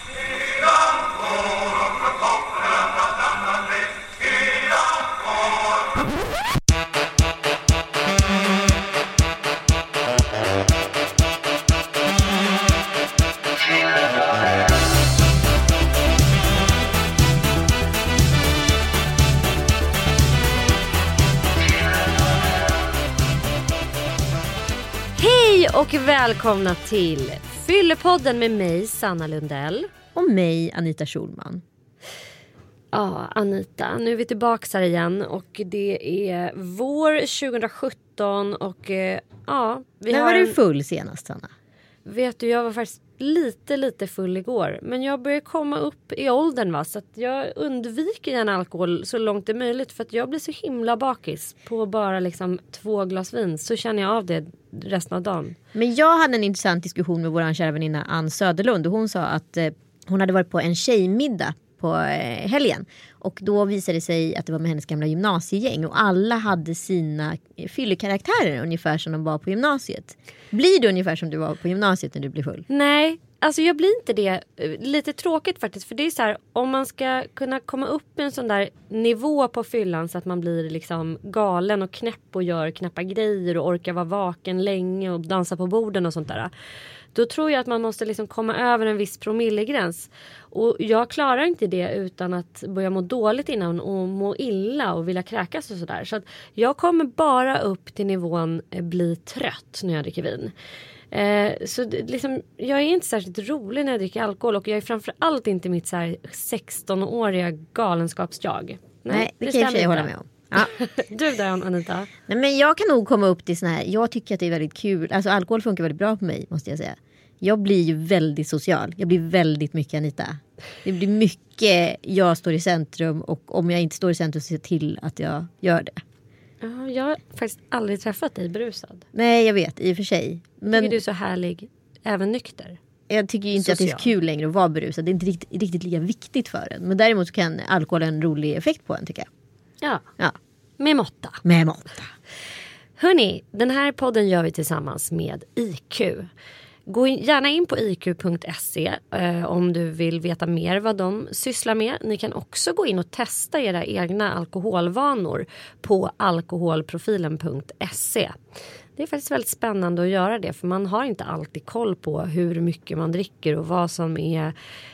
Och välkomna till Fyllepodden med mig, Sanna Lundell. Och mig, Anita Schulman. Ja, Anita, nu är vi tillbaka här igen. Och det är vår 2017. Och ja, vi När har var du full senast, Sanna? Vet du, jag var faktiskt lite full igår. Men jag börjar komma upp i åldern, va? Så att jag undviker gärna alkohol så långt det är möjligt. För att jag blir så himla bakis på bara liksom 2 glas vin. Så känner jag av det resten av dagen. Men jag hade en intressant diskussion med vår kära väninna Ann Söderlund. Och hon sa att hon hade varit på en tjejmiddag på helgen. Och då visade det sig att det var med hennes gamla gymnasiegäng. Och alla hade sina fyllekaraktärer ungefär som de var på gymnasiet. Blir du ungefär som du var på gymnasiet när du blir full? Nej, alltså jag blir inte det. Lite tråkigt faktiskt. För det är så här, om man ska kunna komma upp i en sån där nivå på fyllan så att man blir liksom galen och knäpp och gör knäppa grejer och orkar vara vaken länge och dansa på borden och sånt där. Då tror jag att man måste liksom komma över en viss promillegräns. Och jag klarar inte det utan att börja må dåligt innan och må illa och vilja kräkas och sådär. Så att jag kommer bara upp till nivån bli trött när jag dricker vin. Så liksom, jag är inte särskilt rolig när jag dricker alkohol. Och jag är framförallt inte mitt så här 16-åriga galenskapsjag. Nej, det kan jag hålla med om. Ja. Du där, Anita? Nej, men jag kan nog komma upp till sån här. Jag tycker att det är väldigt kul. Alltså alkohol funkar väldigt bra på mig, måste jag säga. Jag blir ju väldigt social. Jag blir väldigt mycket Anita. Det blir mycket jag står i centrum. Och om jag inte står i centrum så ser jag till att jag gör det. Ja, jag har faktiskt aldrig träffat dig brusad. Nej, jag vet, i och för sig. Men tycker du är så härlig, även nykter? Jag tycker ju inte att det är så kul längre att vara berusad. Det är inte riktigt lika viktigt för en. Men däremot så kan alkohol ha en rolig effekt på en, tycker jag. Ja. Med måtta. Med måtta. Hörrni, den här podden gör vi tillsammans med IQ. Gå gärna in på iq.se om du vill veta mer vad de sysslar med. Ni kan också gå in och testa era egna alkoholvanor på alkoholprofilen.se. Det är faktiskt väldigt spännande att göra det, för man har inte alltid koll på hur mycket man dricker och vad som är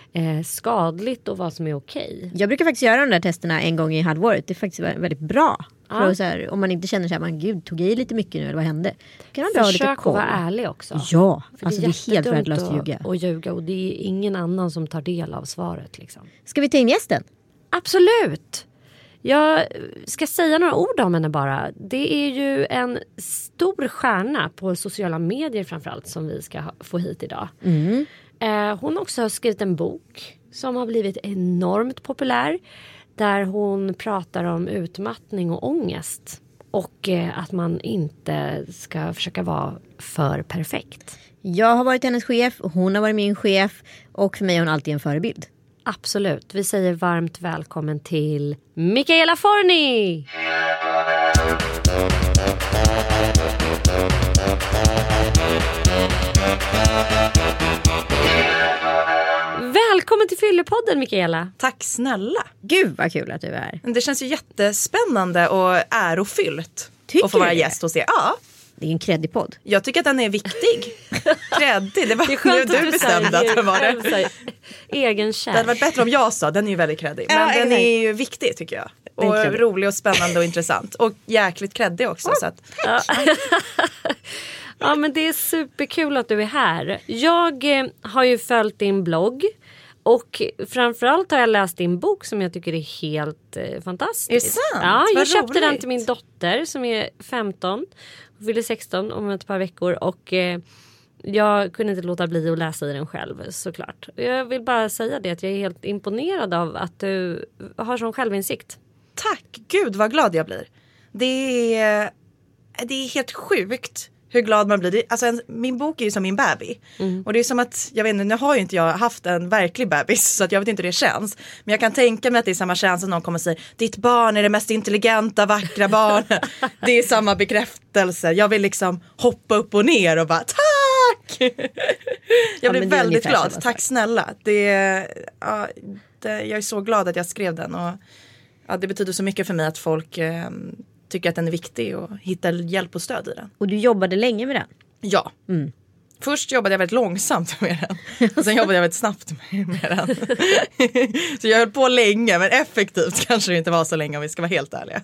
skadligt och vad som är okej. Jag brukar faktiskt göra de där testerna en gång i halvåret. Det är faktiskt väldigt bra. Ja. För så här, om man inte känner sig, man gud, tog i lite mycket nu eller vad hände? Kan man försök att vara ärlig också. Ja, för alltså det är helt värdelöst att ljuga. Och ljuga, och det är ingen annan som tar del av svaret liksom. Ska vi ta in gästen? Absolut! Jag ska säga några ord om henne bara. Det är ju en stor stjärna på sociala medier framförallt som vi ska få hit idag. Mm. Hon också har skrivit en bok som har blivit enormt populär. Där hon pratar om utmattning och ångest. Och att man inte ska försöka vara för perfekt. Jag har varit hennes chef och hon har varit min chef. Och för mig är hon alltid en förebild. Absolut. Vi säger varmt välkommen till Michaela Forni! Välkommen till Fyllepodden, Michaela. Tack snälla. Gud vad kul att du är här. Det känns ju jättespännande och ärofyllt att få vara gäst hos er. Ja. Det är en kreddig podd. Jag tycker att den är viktig. Kreddig, det var det är nu du bestämde att det var det. Egenkär. Det hade varit bättre om jag sa, den är ju väldigt kreddig. Men den är ju viktig tycker jag. Och rolig och spännande och intressant. Och jäkligt kreddig också. Så att... Ja, men det är superkul att du är här. Jag har ju följt din blogg. Och framförallt har jag läst din bok som jag tycker är helt fantastisk. Är det sant? Ja, jag köpte roligt. den till min dotter som är 15. Hon fyller 16 om ett par veckor. Och jag kunde inte låta bli att läsa i den själv, såklart. Jag vill bara säga det att jag är helt imponerad av att du har sån självinsikt. Tack, gud vad glad jag blir. Det är helt sjukt hur glad man blir. Alltså min bok är ju som min baby. Mm. Och det är som att, jag vet inte, nu har ju inte jag haft en verklig bebis så att jag vet inte hur det känns. Men jag kan tänka mig att det är samma känsla någon kommer säga, ditt barn är det mest intelligenta, vackra barn. Det är samma bekräftelse. Jag vill liksom hoppa upp och ner och bara, tack! Tack. Jag blev väldigt glad. Tack snälla. Jag är så glad att jag skrev den. Och det betyder så mycket för mig att folk tycker att den är viktig och hittar hjälp och stöd i den. Och du jobbade länge med den? Ja. Först jobbade jag väldigt långsamt med den. Och sen jobbade jag väldigt snabbt med den. Så jag höll på länge, men effektivt kanske det inte var så länge om vi ska vara helt ärliga.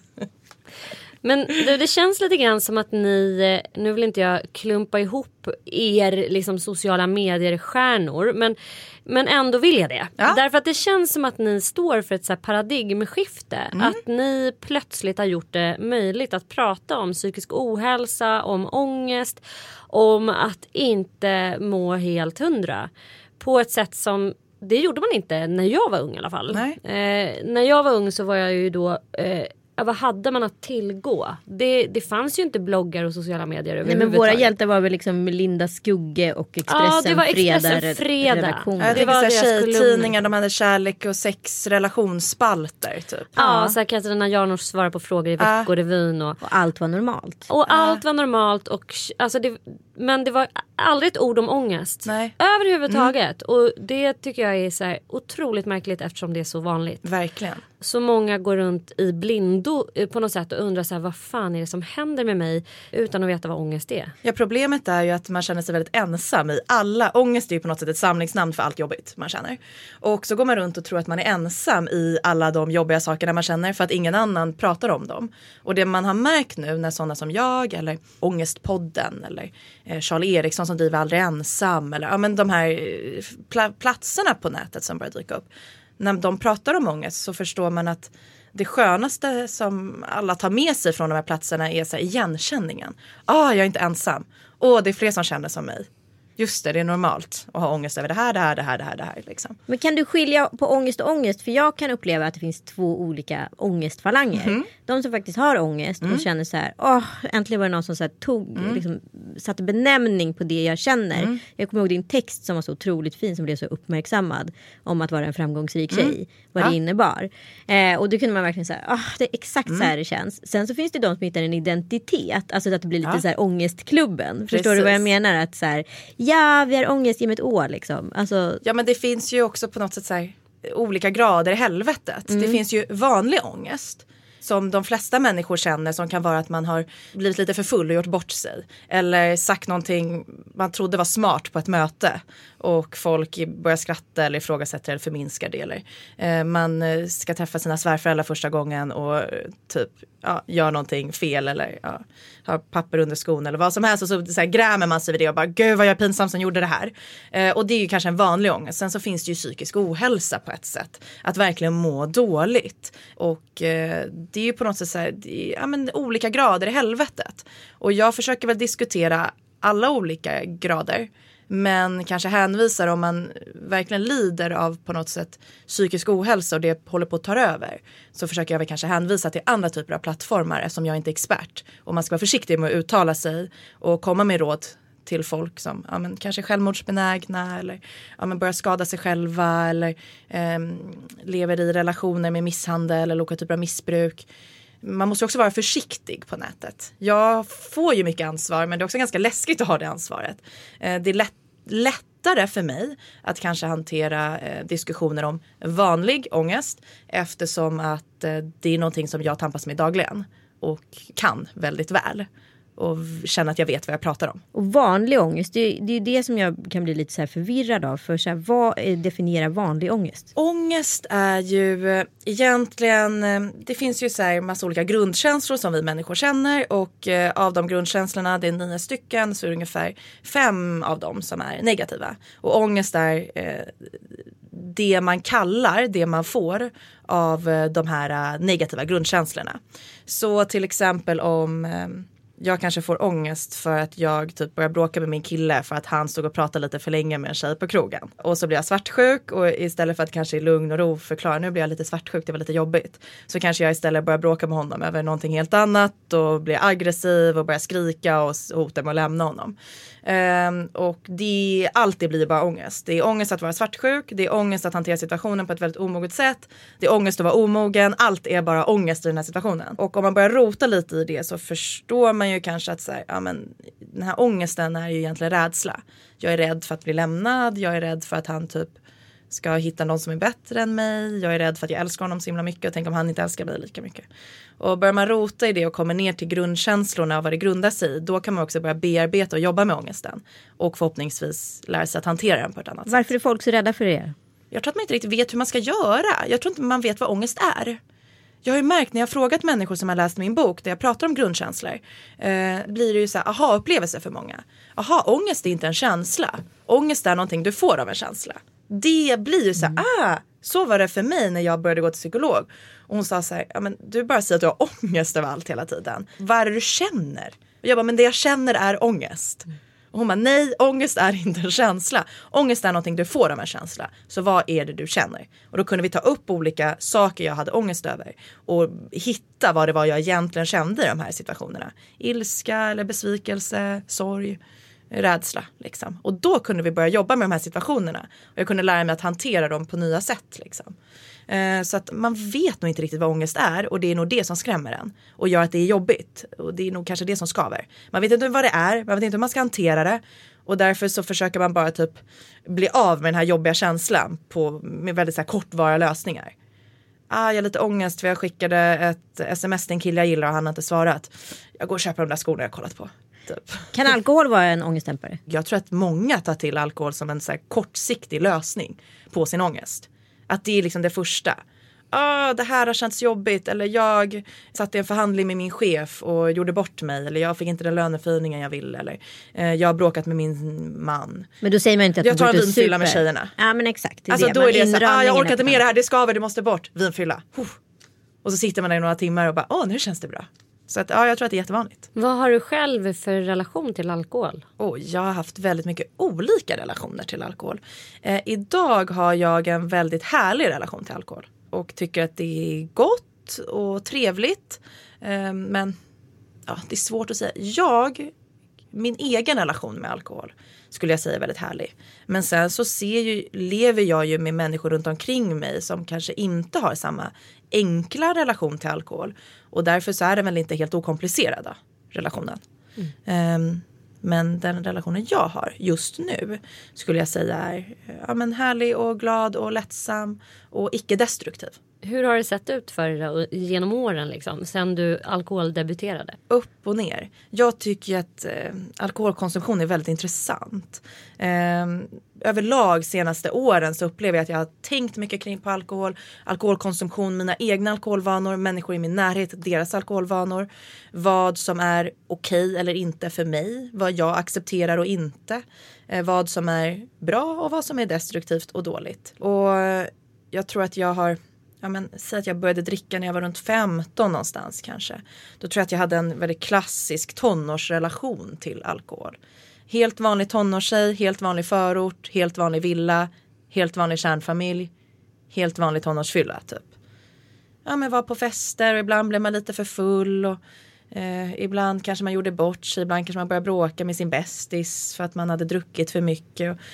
Men det känns lite grann som att ni, nu vill inte jag klumpa ihop er liksom sociala medier-stjärnor, men ändå vill jag det. Ja. Därför att det känns som att ni står för ett så här paradigmskifte. Att ni plötsligt har gjort det möjligt att prata om psykisk ohälsa, om ångest, om att inte må helt 100. På ett sätt som, det gjorde man inte när jag var ung i alla fall. När jag var ung så var jag ju då... vad hade man att tillgå? Det fanns ju inte bloggar och sociala medier överhuvudtaget. Men våra hjältar var väl liksom Linda Skugge och Expressen, det var Expressen Fredag. Det var tjejtidningar, de hade kärlek och sex relationsspalter typ. Ja, så här Katarina Janouch svarade på frågor i Veckorevyn och allt var normalt. Och allt var normalt och alltså men det var aldrig ett ord om ångest. Nej. Överhuvudtaget. Och det tycker jag är så här otroligt märkligt eftersom det är så vanligt. Verkligen. Så många går runt i blindo på något sätt och undrar så här, vad fan är det som händer med mig utan att veta vad ångest är. Ja, problemet är ju att man känner sig väldigt ensam i alla. Ångest är ju på något sätt ett samlingsnamn för allt jobbigt man känner. Och så går man runt och tror att man är ensam i alla de jobbiga sakerna man känner för att ingen annan pratar om dem. Och det man har märkt nu när sådana som jag eller Ångestpodden eller Charlie Eriksson som driver Aldrig ensam eller men de här platserna på nätet som börjar dyka upp. När de pratar om ångest så förstår man att det skönaste som alla tar med sig från de här platserna är så här igenkänningen. Jag är inte ensam. Det är fler som känner som mig. Just det är normalt att ha ångest över det här liksom. Men kan du skilja på ångest och ångest? För jag kan uppleva att det finns två olika ångestfalanger. De som faktiskt har ångest och känner så här, äntligen var det någon som så här liksom, satte benämning på det jag känner. Jag kommer ihåg din text som var så otroligt fin, som blev så uppmärksammad om att vara en framgångsrik tjej. Vad det innebar. Och då kunde man verkligen säga, det är exakt så här det känns. Sen så finns det de som hittar en identitet. Alltså att det blir lite så här ångestklubben. Förstår du vad jag menar? Att så här, vi har ångest i ett år liksom. Alltså... Ja, men det finns ju också på något sätt så här, olika grader i helvetet. Det finns ju vanlig ångest som de flesta människor känner, som kan vara att man har blivit lite för full och gjort bort sig. Eller sagt någonting man trodde var smart på ett möte och folk börjar skratta eller ifrågasätter eller förminskar det. Eller man ska träffa sina svärföräldrar första gången och typ gör någonting fel eller har papper under skon eller vad som helst. Och så här, grämer man sig vid det och bara, gud vad jag är pinsam som gjorde det här. Och det är ju kanske en vanlig ångest. Sen så finns det ju psykisk ohälsa på ett sätt. Att verkligen må dåligt. Och det är ju på något sätt så här, olika grader i helvetet. Och jag försöker väl diskutera alla olika grader. Men kanske hänvisar om man verkligen lider av på något sätt psykisk ohälsa och det håller på att ta över. Så försöker jag väl kanske hänvisa till andra typer av plattformar eftersom jag inte är expert. Och man ska vara försiktig med att uttala sig och komma med råd till folk som kanske är självmordsbenägna eller börjar skada sig själva eller lever i relationer med misshandel eller olika typer av missbruk. Man måste också vara försiktig på nätet. Jag får ju mycket ansvar, men det är också ganska läskigt att ha det ansvaret. Det är lättare för mig att kanske hantera diskussioner om vanlig ångest eftersom att det är någonting som jag tampas med dagligen och kan väldigt väl. Och känna att jag vet vad jag pratar om. Och vanlig ångest, det är det som jag kan bli lite så här förvirrad av. För så här, vad definierar vanlig ångest? Ångest är ju egentligen, det finns ju så här massa olika grundkänslor som vi människor känner. Och av de grundkänslorna, det är 9 stycken, så är det ungefär 5 av dem som är negativa. Och ångest är det man kallar, det man får av de här negativa grundkänslorna. Så till exempel om... jag kanske får ångest för att jag typ börjar bråka med min kille för att han stod och pratade lite för länge med en tjej på krogen. Och så blir jag svartsjuk och istället för att kanske i lugn och ro förklara, nu blir jag lite svartsjuk, det var lite jobbigt. Så kanske jag istället börjar bråka med honom över någonting helt annat och blir aggressiv och börjar skrika och hota med att lämna honom. Och allt det blir bara ångest. Det är ångest att vara svartsjuk, det är ångest att hantera situationen på ett väldigt omoget sätt. Det är ångest att vara omogen, allt är bara ångest i den här situationen. Och om man börjar rota lite i det så förstår man man ju kanske att så här, ja, men den här ångesten är ju egentligen rädsla. Jag är rädd för att bli lämnad. Jag är rädd för att han typ ska hitta någon som är bättre än mig. Jag är rädd för att jag älskar honom så himla mycket. Och tänk om han inte älskar mig lika mycket. Och börjar man rota i det och kommer ner till grundkänslorna och vad det grundar sig i. Då kan man också börja bearbeta och jobba med ångesten. Och förhoppningsvis lära sig att hantera den på ett annat sätt. Varför är folk så rädda för det? Jag tror att man inte riktigt vet hur man ska göra. Jag tror inte man vet vad ångest är. Jag har ju märkt när jag har frågat människor som har läst min bok där jag pratar om grundkänslor. Blir det ju så här, aha-upplevelse för många. Aha, ångest är inte en känsla. Ångest är någonting du får av en känsla. Det blir ju så här, så var det för mig när jag började gå till psykolog. Och hon sa så här, ja men du bara säger att du har ångest över allt hela tiden. Vad är det du känner? Och jag bara, men det jag känner är ångest. Och hon bara, nej, ångest är inte en känsla. Ångest är någonting du får av en känsla. Så vad är det du känner? Och då kunde vi ta upp olika saker jag hade ångest över. Och hitta vad det var jag egentligen kände i de här situationerna. Ilska eller besvikelse, sorg, rädsla liksom. Och då kunde vi börja jobba med de här situationerna. Och jag kunde lära mig att hantera dem på nya sätt liksom. Så att man vet nog inte riktigt vad ångest är. Och det är nog det som skrämmer en. Och gör att det är jobbigt. Och det är nog kanske det som skaver. Man vet inte vad det är. Man vet inte hur man ska hantera det. Och därför så försöker man bara typ bli av med den här jobbiga känslan. Med väldigt så här kortvariga lösningar. Jag har lite ångest för jag skickade ett sms till en kille jag gillar och han har inte svarat. Jag går och köper de där skorna jag kollat på. Typ. Kan alkohol vara en ångestdämpare? Jag tror att många tar till alkohol som en så här kortsiktig lösning på sin ångest. Att det är liksom det första. Det här har känts jobbigt. Eller jag satt i en förhandling med min chef och gjorde bort mig. Eller jag fick inte den löneförhöjningen jag ville. Eller jag har bråkat med min man. Men då säger man inte att jag tar en vinfylla med tjejerna. Ja men exakt. Det är alltså det. Då är det så här, jag orkar inte med det här. Det skaver, det måste bort. Vinfylla. Och så sitter man där i några timmar och bara, nu känns det bra. Så att, jag tror att det är jättevanligt. Vad har du själv för relation till alkohol? Jag har haft väldigt mycket olika relationer till alkohol. Idag har jag en väldigt härlig relation till alkohol. Och tycker att det är gott och trevligt. Men det är svårt att säga. Min egen relation med alkohol skulle jag säga är väldigt härlig. Men sen så lever jag ju med människor runt omkring mig som kanske inte har samma enkla relation till alkohol. Och därför så är det väl inte helt okomplicerad relationen. Men den relationen jag har just nu skulle jag säga är härlig och glad och lättsam och icke-destruktiv. Hur har det sett ut för dig genom åren liksom, sen du alkoholdebuterade? Upp och ner. Jag tycker att alkoholkonsumtion är väldigt intressant. Överlag senaste åren så upplever jag att jag har tänkt mycket kring på alkoholkonsumtion, mina egna alkoholvanor, människor i min närhet, deras alkoholvanor, vad som är okej eller inte för mig, vad jag accepterar och inte, vad som är bra och vad som är destruktivt och dåligt. Och jag tror att jag har säg att jag började dricka när jag var runt 15 någonstans kanske. Då tror jag att jag hade en väldigt klassisk tonårsrelation till alkohol. Helt vanlig tonårstjej, helt vanlig förort, helt vanlig villa, helt vanlig kärnfamilj, helt vanlig tonårsfylla typ. Var på fester och ibland blev man lite för full och ibland kanske man gjorde bort sig, ibland kanske man började bråka med sin bästis för att man hade druckit för mycket. Och,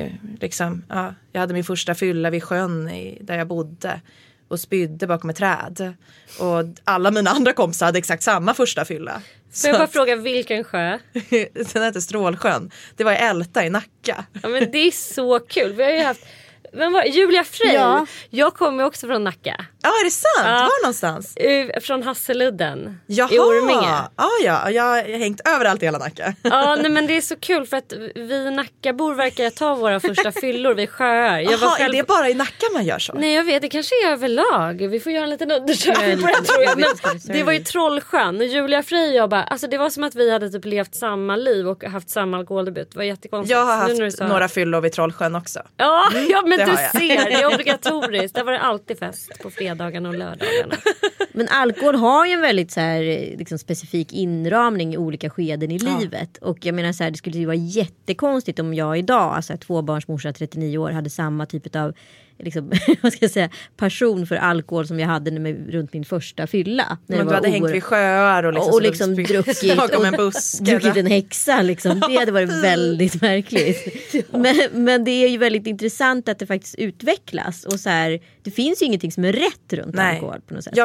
jag hade min första fylla vid sjön där jag bodde och spydde bakom ett träd. Och alla mina andra kompisar hade exakt samma första fylla. Får jag bara fråga vilken sjö? Den heter Strålsjön. Det var i Älta i Nacka. Ja men det är så kul. Vi har ju haft Julia Frey. Ja. Jag kommer också från Nacka. Ja, är det sant? Ja. Var någonstans? Från Hasseludden. Jaha. I Orminge. Ja, jag har hängt överallt i hela Nacka. Ja, nej, men det är så kul för att vi Nackabor verkar ta våra första fyllor vid sjöar. Jaha, är det bara i Nacka man gör så? Nej, jag vet, det kanske är överlag. Vi får göra en liten undersökning på det, tror jag. Men det var ju Trollsjön. Julia Frey och jag bara, alltså det var som att vi hade typ levt samma liv och haft samma alkoholdebut. Det var jättekonstigt. Jag har haft några fyllor vid Trollsjön också. Ja, men du ser, det är obligatoriskt. Där var det alltid fest på fredagarna och lördagarna. Men alkohol har ju en väldigt så här, liksom, specifik inramning i olika skeden i livet. Och jag menar så här, det skulle ju vara jättekonstigt om jag idag, alltså tvåbarnsmorsa 39 år, hade samma typ av liksom, vad ska jag säga, passion för alkohol som jag hade runt min första fylla. Men du hade hängt vid sjöar och liksom druckit en häxa liksom. Det hade varit väldigt märkligt. Men det är ju väldigt intressant att det faktiskt utvecklas. Och så här, det finns ju ingenting som är rätt runt alkohol på något sätt. Ja, men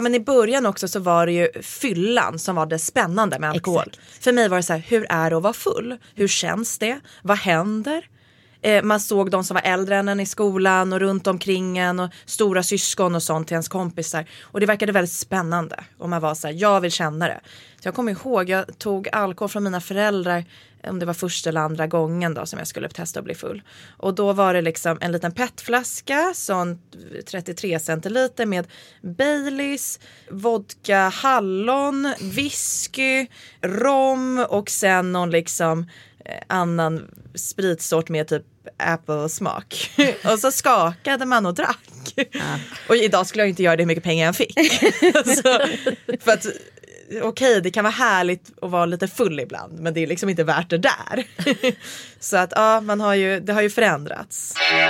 början också så var det ju fyllan som var det spännande med alkohol. Exakt. För mig var det så här, hur är det att vara full? Hur känns det? Vad händer? Man såg de som var äldre än en i skolan och runt omkring en och stora syskon och sånt till ens kompisar. Och det verkade väldigt spännande. Och man var så här, jag vill känna det. Så jag kommer ihåg, jag tog alkohol från mina föräldrar, om det var första eller andra gången då som jag skulle testa att bli full. Och då var det liksom en liten petflaska, sån 33 centiliter med Baileys, vodka, hallon, whisky, rom och sen någon liksom annan spritsort med typ Apple-smak. Och så skakade man och drack. Ja. Och idag skulle jag inte göra det hur mycket pengar jag fick. Så, för att okej, det kan vara härligt att vara lite full ibland, men det är liksom inte värt det där. Så att ja, det har ju förändrats.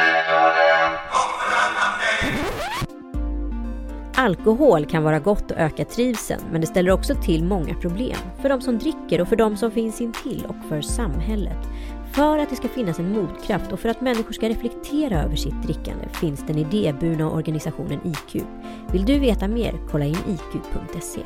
Alkohol kan vara gott och öka trivseln, men det ställer också till många problem. För de som dricker och för de som finns intill och för samhället. För att det ska finnas en motkraft och för att människor ska reflektera över sitt drickande finns den idéburna organisationen IQ. Vill du veta mer? Kolla in iq.se.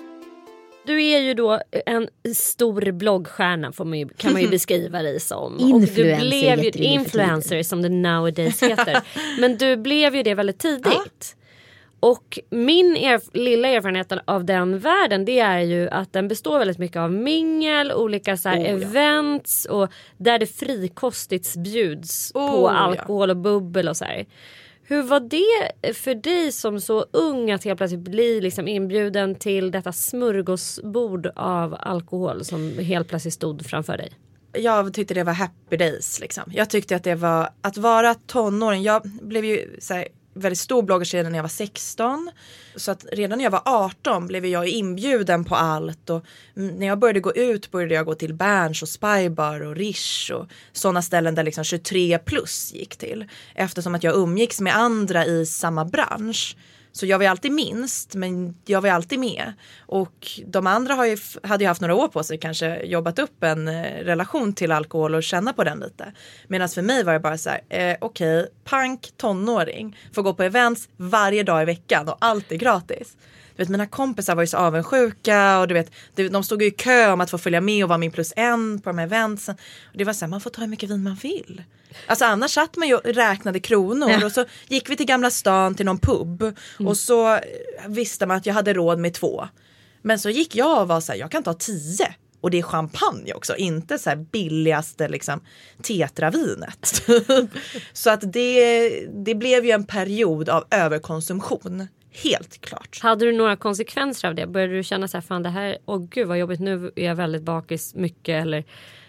Du är ju då en stor bloggstjärna kan man ju beskriva dig som. Influencer, och du blev ju influencer som det nowadays heter. Men du blev ju det väldigt tidigt. Och min lilla erfarenhet av den världen, det är ju att den består väldigt mycket av mingel, olika så här events och där det frikostigt bjuds på alkohol och bubbel och så här. Hur var det för dig som så ung att helt plötsligt bli liksom inbjuden till detta smörgåsbord av alkohol som helt plötsligt stod framför dig? Jag tyckte det var happy days liksom. Jag tyckte att det var att vara tonåring. Jag blev ju så här, väldigt stor bloggerserie när jag var 16. Så att redan när jag var 18 blev jag inbjuden på allt. Och när jag började gå ut började jag gå till Berns och Spybar och Rish och sådana ställen där liksom 23 plus gick till. Eftersom att jag umgicks med andra i samma bransch. Så jag var alltid minst, men jag var alltid med. Och de andra hade ju haft några år på sig, kanske jobbat upp en relation till alkohol och känna på den lite. Medan för mig var det bara så här, okej, punk, tonåring, får gå på events varje dag i veckan och allt är gratis. Du vet, mina kompisar var ju så avundsjuka och du vet, de stod ju i kö om att få följa med och vara min +1 på de här eventsen. Och det var så här, man får ta hur mycket vin man vill. Alltså annars satt man ju och räknade kronor och så gick vi till Gamla stan till någon pub och så visste man att jag hade råd med 2. Men så gick jag och var så här, jag kan ta 10. Och det är champagne också, inte så här billigaste liksom tetravinet. Så att det blev ju en period av överkonsumtion. Helt klart. Hade du några konsekvenser av det? Började du känna så här, fan det här, gud vad jobbigt, nu är jag väldigt bakis mycket eller?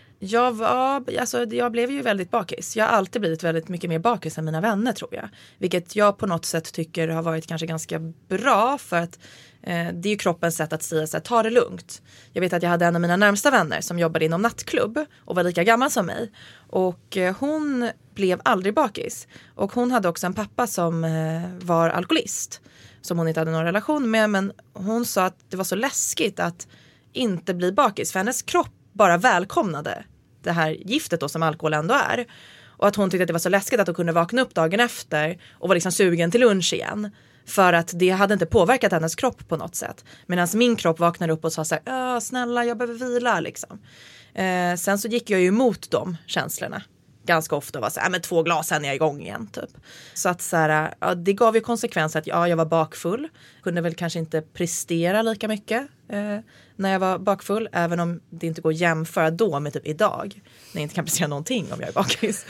Jag blev ju väldigt bakis. Jag har alltid blivit väldigt mycket mer bakis än mina vänner tror jag. Vilket jag på något sätt tycker har varit kanske ganska bra för att det är ju kroppens sätt att säga så här, ta det lugnt. Jag vet att jag hade en av mina närmsta vänner som jobbade inom nattklubb och var lika gammal som mig. Och hon blev aldrig bakis. Och hon hade också en pappa som var alkoholist. Som hon inte hade någon relation med. Men hon sa att det var så läskigt att inte bli bakis. För hennes kropp bara välkomnade det här giftet då som alkohol ändå är. Och att hon tyckte att det var så läskigt att hon kunde vakna upp dagen efter och var liksom sugen till lunch igen. För att det hade inte påverkat hennes kropp på något sätt. Medan min kropp vaknade upp och sa så här, snälla jag behöver vila liksom. Sen så gick jag ju emot de känslorna. Ganska ofta var så här, men 2 glas sen är jag igång igen typ. Så att så här, det gav ju konsekvens att jag var bakfull. Kunde väl kanske inte prestera lika mycket när jag var bakfull. Även om det inte går att jämföra då med typ idag. När jag inte kan prestera någonting om jag är bakis.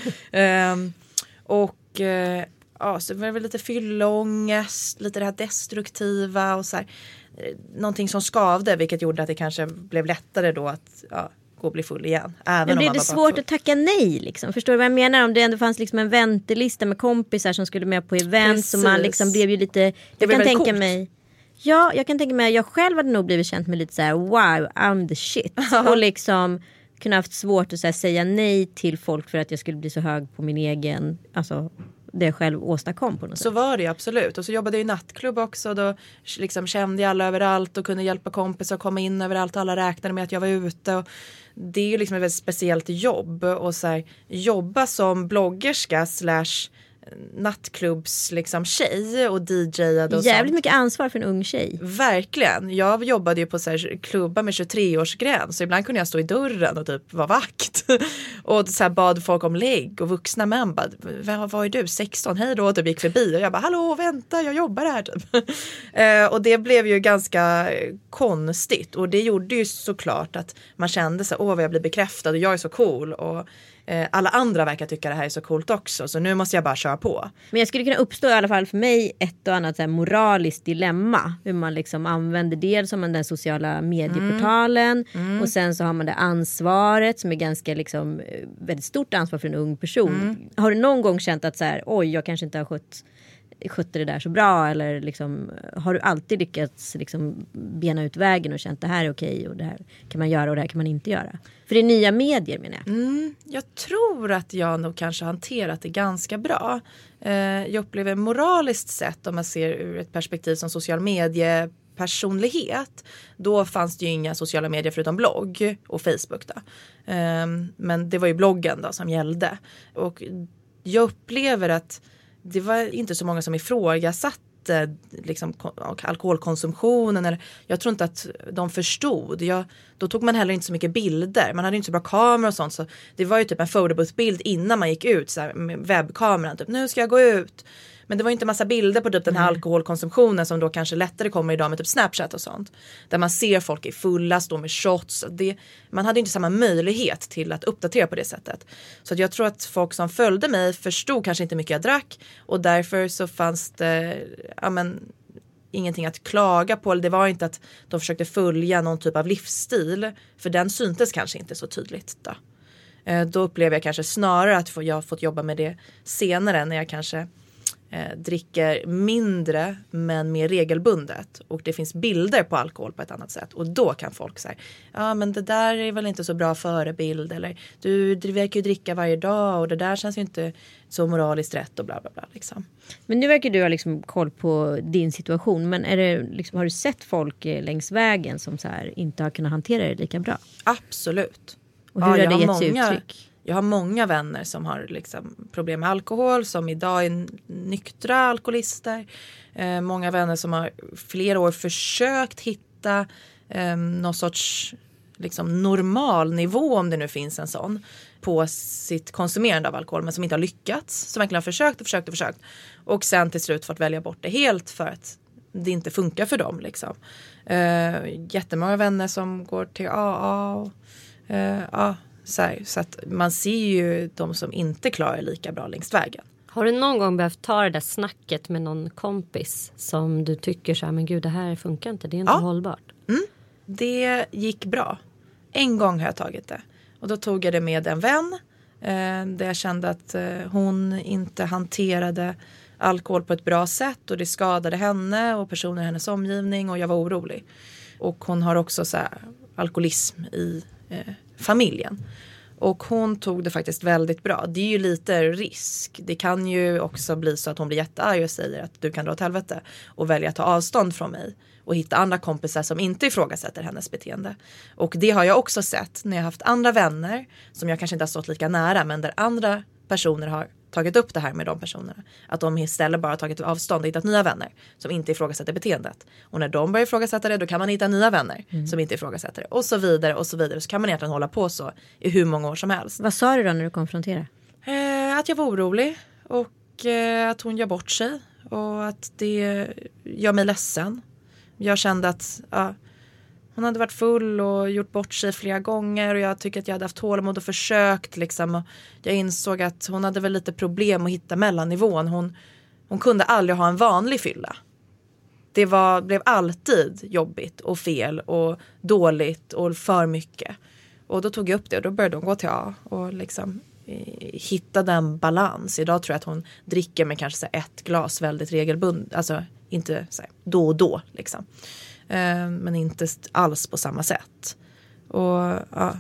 Så var det väl lite fyllångest, lite det här destruktiva och så här. Någonting som skavde, vilket gjorde att det kanske blev lättare då att gå och bli full igen. Men blev det svårt att tacka nej liksom? Förstår du vad jag menar? Om det ändå fanns liksom en väntelista med kompisar som skulle med på event så man liksom blev ju lite... Jag kan tänka mig... Ja, jag kan tänka mig att jag själv hade nog blivit känt med lite så här, wow, I'm the shit. Och liksom kunde haft svårt att så här, säga nej till folk för att jag skulle bli så hög på min egen... Alltså, det jag själv åstadkom på något sätt. Så var det absolut. Och så jobbade jag i nattklubb också. Då liksom kände jag alla överallt och kunde hjälpa kompisar att komma in överallt. Alla räknade med att jag var ute. Och det är ju liksom ett väldigt speciellt jobb. Och så här, jobba som bloggerska / nattklubbs liksom tjej och DJade och jävligt sånt. mycket ansvar för en ung tjej. Verkligen. Jag jobbade ju på så här klubbar med 23-årsgräns. Så ibland kunde jag stå i dörren och typ vara vakt. Och så här bad folk om lägg. Och vuxna män bara, vad är du? 16? Hej då. Och typ gick förbi. Och jag bara, hallå vänta, jag jobbar här typ. Och det blev ju ganska konstigt. Och det gjorde ju såklart att man kände så här, vad jag blir bekräftad och jag är så cool. Och alla andra verkar tycka det här är så coolt också. Så nu måste jag bara köra på. Men jag skulle kunna uppstå i alla fall för mig ett och annat så här moraliskt dilemma. Hur man liksom använder dels som den sociala medieportalen. Och sen så har man det ansvaret som är ganska liksom väldigt stort ansvar för en ung person. Har du någon gång känt att så här, oj jag kanske inte har skött det där så bra, eller liksom, har du alltid lyckats liksom bena ut vägen och känt det här är okej och det här kan man göra och det här kan man inte göra? För det är nya medier menar jag. Jag tror att jag nog kanske hanterat det ganska bra. Jag upplever moraliskt sett, om man ser ur ett perspektiv som social medie personlighet, då fanns det ju inga sociala medier förutom blogg och Facebook då. Men det var ju bloggen då som gällde. Och jag upplever att det var inte så många som ifrågasatte liksom, alkoholkonsumtionen. Eller, jag tror inte att de förstod. Då tog man heller inte så mycket bilder. Man hade inte så bra kamera och sånt. Så det var ju typ en photobooth-bild innan man gick ut så här, med webbkameran. Typ, nu ska jag gå ut. Men det var inte massa bilder på typ den här alkoholkonsumtionen som då kanske lättare kommer idag med typ Snapchat och sånt. Där man ser folk i fulla, står med shots. Man hade inte samma möjlighet till att uppdatera på det sättet. Så att jag tror att folk som följde mig förstod kanske inte mycket jag drack. Och därför så fanns det ingenting att klaga på. Eller det var inte att de försökte följa någon typ av livsstil. För den syntes kanske inte så tydligt då. Då upplever jag kanske snarare att jag har fått jobba med det senare när jag kanske dricker mindre men mer regelbundet och det finns bilder på alkohol på ett annat sätt och då kan folk säga ja men det där är väl inte så bra förebild eller du verkar ju dricka varje dag och det där känns ju inte så moraliskt rätt och bla bla bla liksom. Men nu verkar du ha liksom koll på din situation, men är det liksom, har du sett folk längs vägen som så här inte har kunnat hantera det lika bra? Absolut. Och hur har det gett sig uttryck? Jag har många vänner som har liksom problem med alkohol, som idag är nyktra alkoholister. Många vänner som har flera år försökt hitta någon sorts liksom normal nivå, om det nu finns en sån, på sitt konsumerande av alkohol, men som inte har lyckats. Som verkligen har försökt. Och sen till slut fått välja bort det helt för att det inte funkar för dem. Liksom. Jättemånga vänner som går till AA och så att man ser ju de som inte klarar lika bra längs vägen. Har du någon gång behövt ta det där snacket med någon kompis som du tycker så här, men gud det här funkar inte, det är inte hållbart? Det gick bra. En gång har jag tagit det. Och då tog jag det med en vän. Där jag kände att hon inte hanterade alkohol på ett bra sätt. Och det skadade henne och personer i hennes omgivning. Och jag var orolig. Och hon har också så här, alkoholism i familjen. Och hon tog det faktiskt väldigt bra. Det är ju lite risk. Det kan ju också bli så att hon blir jättearg och säger att du kan dra åt helvete. Och välja att ta avstånd från mig. Och hitta andra kompisar som inte ifrågasätter hennes beteende. Och det har jag också sett när jag haft andra vänner. Som jag kanske inte har stått lika nära. Men där andra personer har tagit upp det här med de personerna. Att de istället bara har tagit avstånd och hittat nya vänner. Som inte ifrågasätter beteendet. Och när de börjar ifrågasätta det, då kan man hitta nya vänner. Som inte ifrågasätter det. Och så vidare och så vidare. Så kan man egentligen hålla på så i hur många år som helst. Vad sa du då när du konfronterade? Att jag var orolig. Och att hon gör bort sig. Och att det gör mig ledsen. Jag kände att hon hade varit full och gjort bort sig flera gånger. Och jag tycker att jag hade haft tålamod och försökt. Liksom. Och jag insåg att hon hade väl lite problem att hitta mellannivån. Hon kunde aldrig ha en vanlig fylla. Det blev alltid jobbigt och fel och dåligt och för mycket. Och då tog jag upp det och då började hon gå till A. Och liksom hitta den balans. Idag tror jag att hon dricker med kanske ett glas väldigt regelbundet. Alltså inte så här, då och då liksom. Men inte alls på samma sätt. Och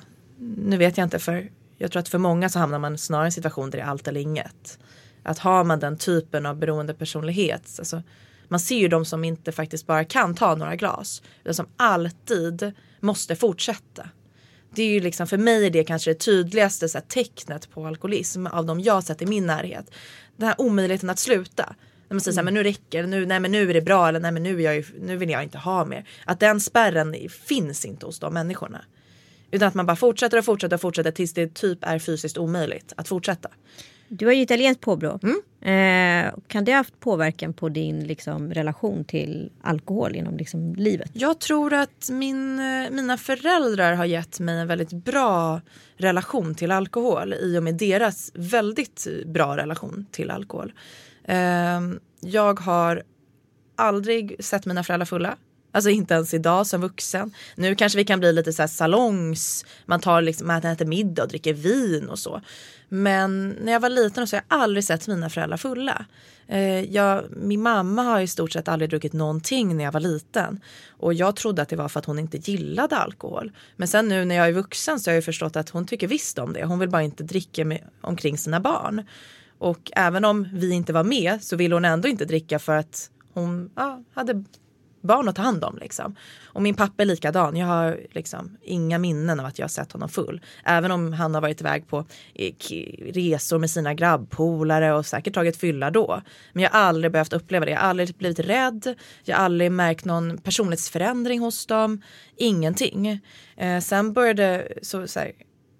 nu vet jag inte, för jag tror att för många så hamnar man snarare i en situation där det är allt eller inget. Att har man den typen av beroendepersonlighet, alltså, man ser ju de som inte faktiskt bara kan ta några glas, utan som alltid måste fortsätta. Det är ju liksom, för mig är det kanske det tydligaste så här, tecknet på alkoholism av de jag sett i min närhet. den här omöjligheten att sluta. När man säger så här, men nu räcker det, nej men nu är det bra, eller nej men nu vill jag inte ha mer. Att den spärren finns inte hos de människorna. Utan att man bara fortsätter tills det typ är fysiskt omöjligt att fortsätta. Du har ju italienskt påbrå. Kan det ha haft påverkan på din liksom, relation till alkohol inom liksom, livet? Jag tror att mina föräldrar har gett mig en väldigt bra relation till alkohol i och med deras väldigt bra relation till alkohol. Jag har aldrig sett mina föräldrar fulla. Alltså inte ens idag som vuxen. Nu kanske vi kan bli lite så här salongs. Man tar liksom, man äter middag och dricker vin och så. Men när jag var liten så har jag aldrig sett mina föräldrar fulla. Min mamma har i stort sett aldrig druckit någonting när jag var liten. Och jag trodde att det var för att hon inte gillade alkohol. Men sen nu när jag är vuxen så har jag förstått att hon tycker visst om det. Hon vill bara inte dricka omkring sina barn. Och även om vi inte var med så ville hon ändå inte dricka för att hon hade barn att ta hand om liksom. Och min pappa är likadan. Jag har liksom inga minnen av att jag har sett honom full. Även om han har varit iväg på resor med sina grabbpolare och säkert tagit fylla då. Men jag har aldrig behövt uppleva det. Jag har aldrig blivit rädd. Jag har aldrig märkt någon personlighetsförändring hos dem. Ingenting. Sen började så här,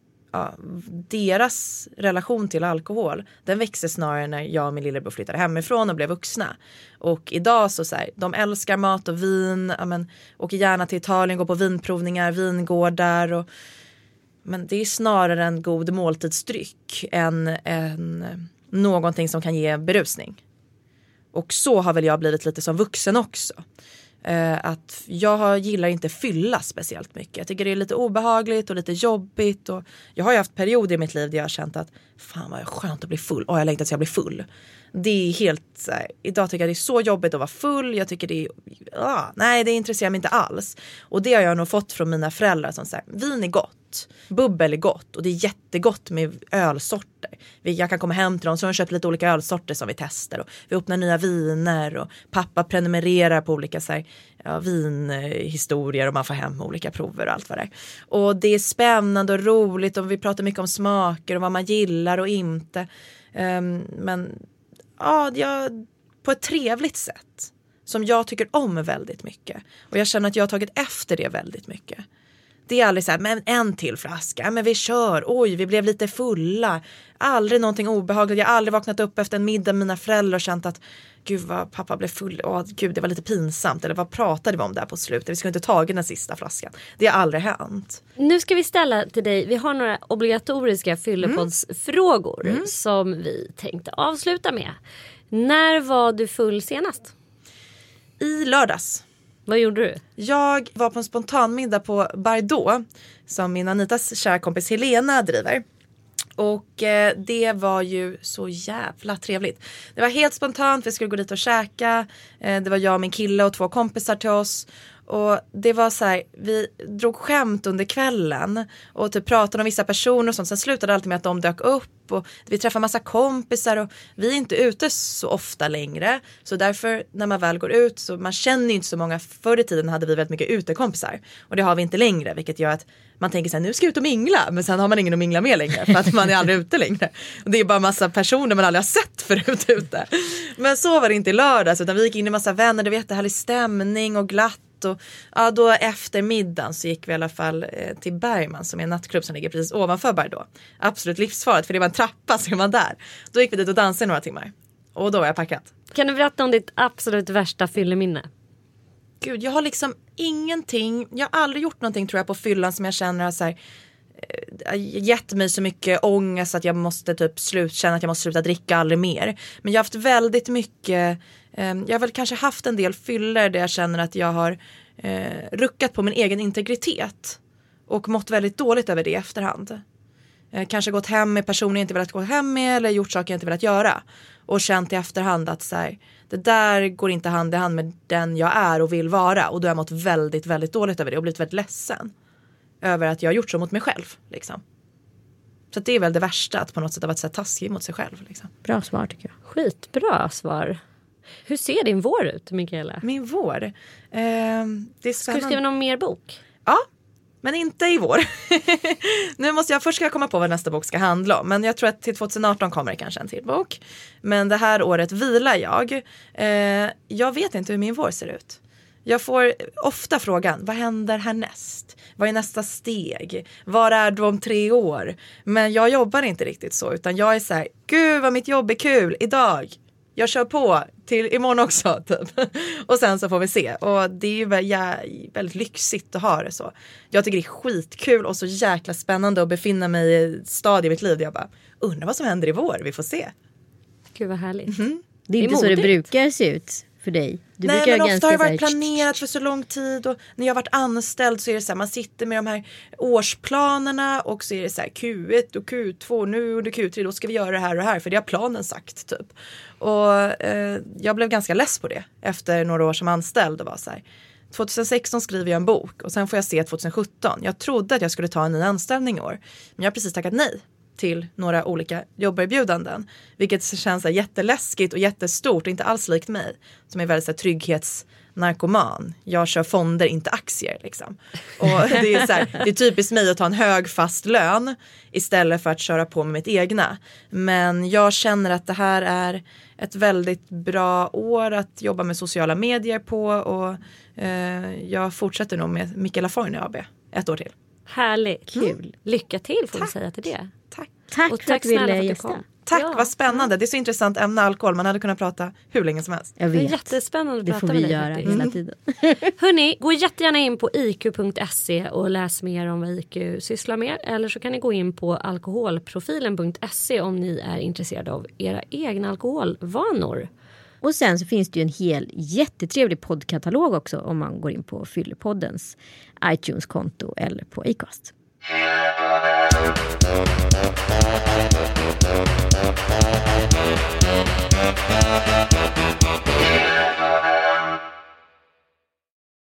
deras relation till alkohol, den växte snarare när jag och min lillebror flyttade hemifrån och blev vuxna. Och idag så här, de älskar mat och vin, åker gärna till Italien, går på vinprovningar, vingårdar men det är snarare en god måltidsdryck än någonting som kan ge berusning. Och så har väl jag blivit lite som vuxen också. Att jag gillar inte fylla speciellt mycket. Jag tycker det är lite obehagligt och lite jobbigt. Och jag har ju haft perioder i mitt liv där jag har känt att fan vad skönt att bli full. Jag längtar tills jag blir full. Det är helt så här, idag tycker jag det är så jobbigt att vara full. Jag tycker det är, nej det intresserar mig inte alls. Och det har jag nog fått från mina föräldrar som säger, vin är gott. Bubbel är gott och det är jättegott med ölsorter. Jag kan komma hem till dem så har de köpt lite olika ölsorter som vi testar. Och vi öppnar nya viner och pappa prenumererar på olika så här, vinhistorier och man får hem olika prover och allt vad det är. Och det är spännande och roligt och vi pratar mycket om smaker och vad man gillar och inte. Men på ett trevligt sätt som jag tycker om väldigt mycket. Och jag känner att jag har tagit efter det väldigt mycket. Det är aldrig så här, men en till flaska, men vi kör, oj vi blev lite fulla. Aldrig någonting obehagligt, jag har aldrig vaknat upp efter en middag med mina föräldrar och känt att gud vad pappa blev full, gud det var lite pinsamt. Eller vad pratade vi om där på slutet, vi skulle inte tagit den sista flaskan. Det har aldrig hänt. Nu ska vi ställa till dig, vi har några obligatoriska fyllepoddsfrågor som vi tänkte avsluta med. När var du full senast? I lördags. Vad gjorde du? Jag var på en spontanmiddag på Bardot som min Anitas kära kompis Helena driver. Och det var ju så jävla trevligt. Det var helt spontant, vi skulle gå dit och käka. Det var jag, min kille och 2 kompisar till oss. Och det var så här, vi drog skämt under kvällen och typ pratade om vissa personer och sånt. Sen slutade det alltid med att de dök upp och vi träffade massa kompisar och vi är inte ute så ofta längre. Så därför när man väl går ut så man känner ju inte så många. Förr i tiden hade vi väldigt mycket utekompisar och det har vi inte längre, vilket gör att man tänker så här, nu ska jag ut och mingla, men sen har man ingen att mingla med längre för att man är aldrig ute längre. Och det är bara massa personer man aldrig har sett förut ute. Men så var det inte i lördags, utan vi gick in i massa vänner, det var jättehärlig stämning och glatt. Och då efter middagen så gick vi i alla fall till Bergman som är en nattklubb som ligger precis ovanför Bardot. Absolut livsfarligt för det var en trappa så är man där. Då gick vi dit och dansade några timmar. Och då var jag packat. Kan du berätta om ditt absolut värsta fylleminne? Gud, jag har liksom ingenting. Jag har aldrig gjort någonting tror jag på fyllan som jag känner har så här, gett mig så mycket ångest att jag måste typ känna att jag måste sluta dricka aldrig mer. Men jag har haft väldigt mycket. Jag har väl kanske haft en del fyller där jag känner att jag har ruckat på min egen integritet och mått väldigt dåligt över det i efterhand. Kanske gått hem med personer jag inte velat gå hem med eller gjort saker jag inte velat göra och känt i efterhand att så här, det där går inte hand i hand med den jag är och vill vara, och då har jag mått väldigt, väldigt dåligt över det och blivit väldigt ledsen över att jag har gjort så mot mig själv liksom. Så det är väl det värsta, att på något sätt ha varit så här taskig mot sig själv liksom. Bra svar tycker jag. Skitbra svar. Hur ser din vår ut, Mikaela? Min vår? Det är ska du skriva någon mer bok? Ja, Men inte i vår. Nu måste jag först komma på vad nästa bok ska handla om. Men jag tror att till 2018 kommer det kanske en till bok. Men det här året vilar jag. Jag vet inte hur min vår ser ut. Jag får ofta frågan, vad händer härnäst? Vad är nästa steg? Var är du om 3 år? Men jag jobbar inte riktigt så. Utan jag är så här, gud vad mitt jobb är kul idag. Jag kör på till imorgon också typ. Och sen så får vi se. Och det är ju väldigt lyxigt att ha det så. Jag tycker det är skitkul och så jäkla spännande att befinna mig i ett stadie i mitt liv. Jag bara, undrar vad som händer i vår, vi får se. Gud vad härligt. Det är inte så det brukar se ut för dig. Nej, men ofta har det varit planerat för så lång tid. Och när jag har varit anställd så är det så här, man sitter med de här årsplanerna. Och så är det så här, Q1 och Q2, nu under Q3, då ska vi göra det här och det här. För det har planen sagt typ. Och jag blev ganska less på det efter några år som anställd. Och var så här, 2016 skriver jag en bok och sen får jag se 2017. Jag trodde att jag skulle ta en ny anställning i år. Men jag har precis tackat nej till några olika jobberbjudanden. Vilket känns så jätteläskigt och jättestort och inte alls likt mig. Som är väldigt så här, trygghetsnarkoman. Jag kör fonder, inte aktier liksom. Och det är, så här, det är typiskt mig att ta en hög fast lön istället för att köra på med mitt egna. Men jag känner att det här är ett väldigt bra år att jobba med sociala medier på. Och jag fortsätter nog med Mikael Laforgne AB 1 år till. Härligt. Kul. Lycka till får vi säga till det. Tack. Tack för att du ville gästa. Tack, vad spännande. Det är så intressant ämne, alkohol. Man hade kunnat prata hur länge som helst. Jag Det är vet. jättespännande att Det prata får med vi dig göra faktiskt. hela tiden. Hörrni, gå jättegärna in på iq.se och läs mer om vad IQ sysslar med. Eller så kan ni gå in på alkoholprofilen.se om ni är intresserade av era egna alkoholvanor. Och sen så finns det ju en hel jättetrevlig poddkatalog också om man går in på Fyllepoddens iTunes-konto eller på Acast.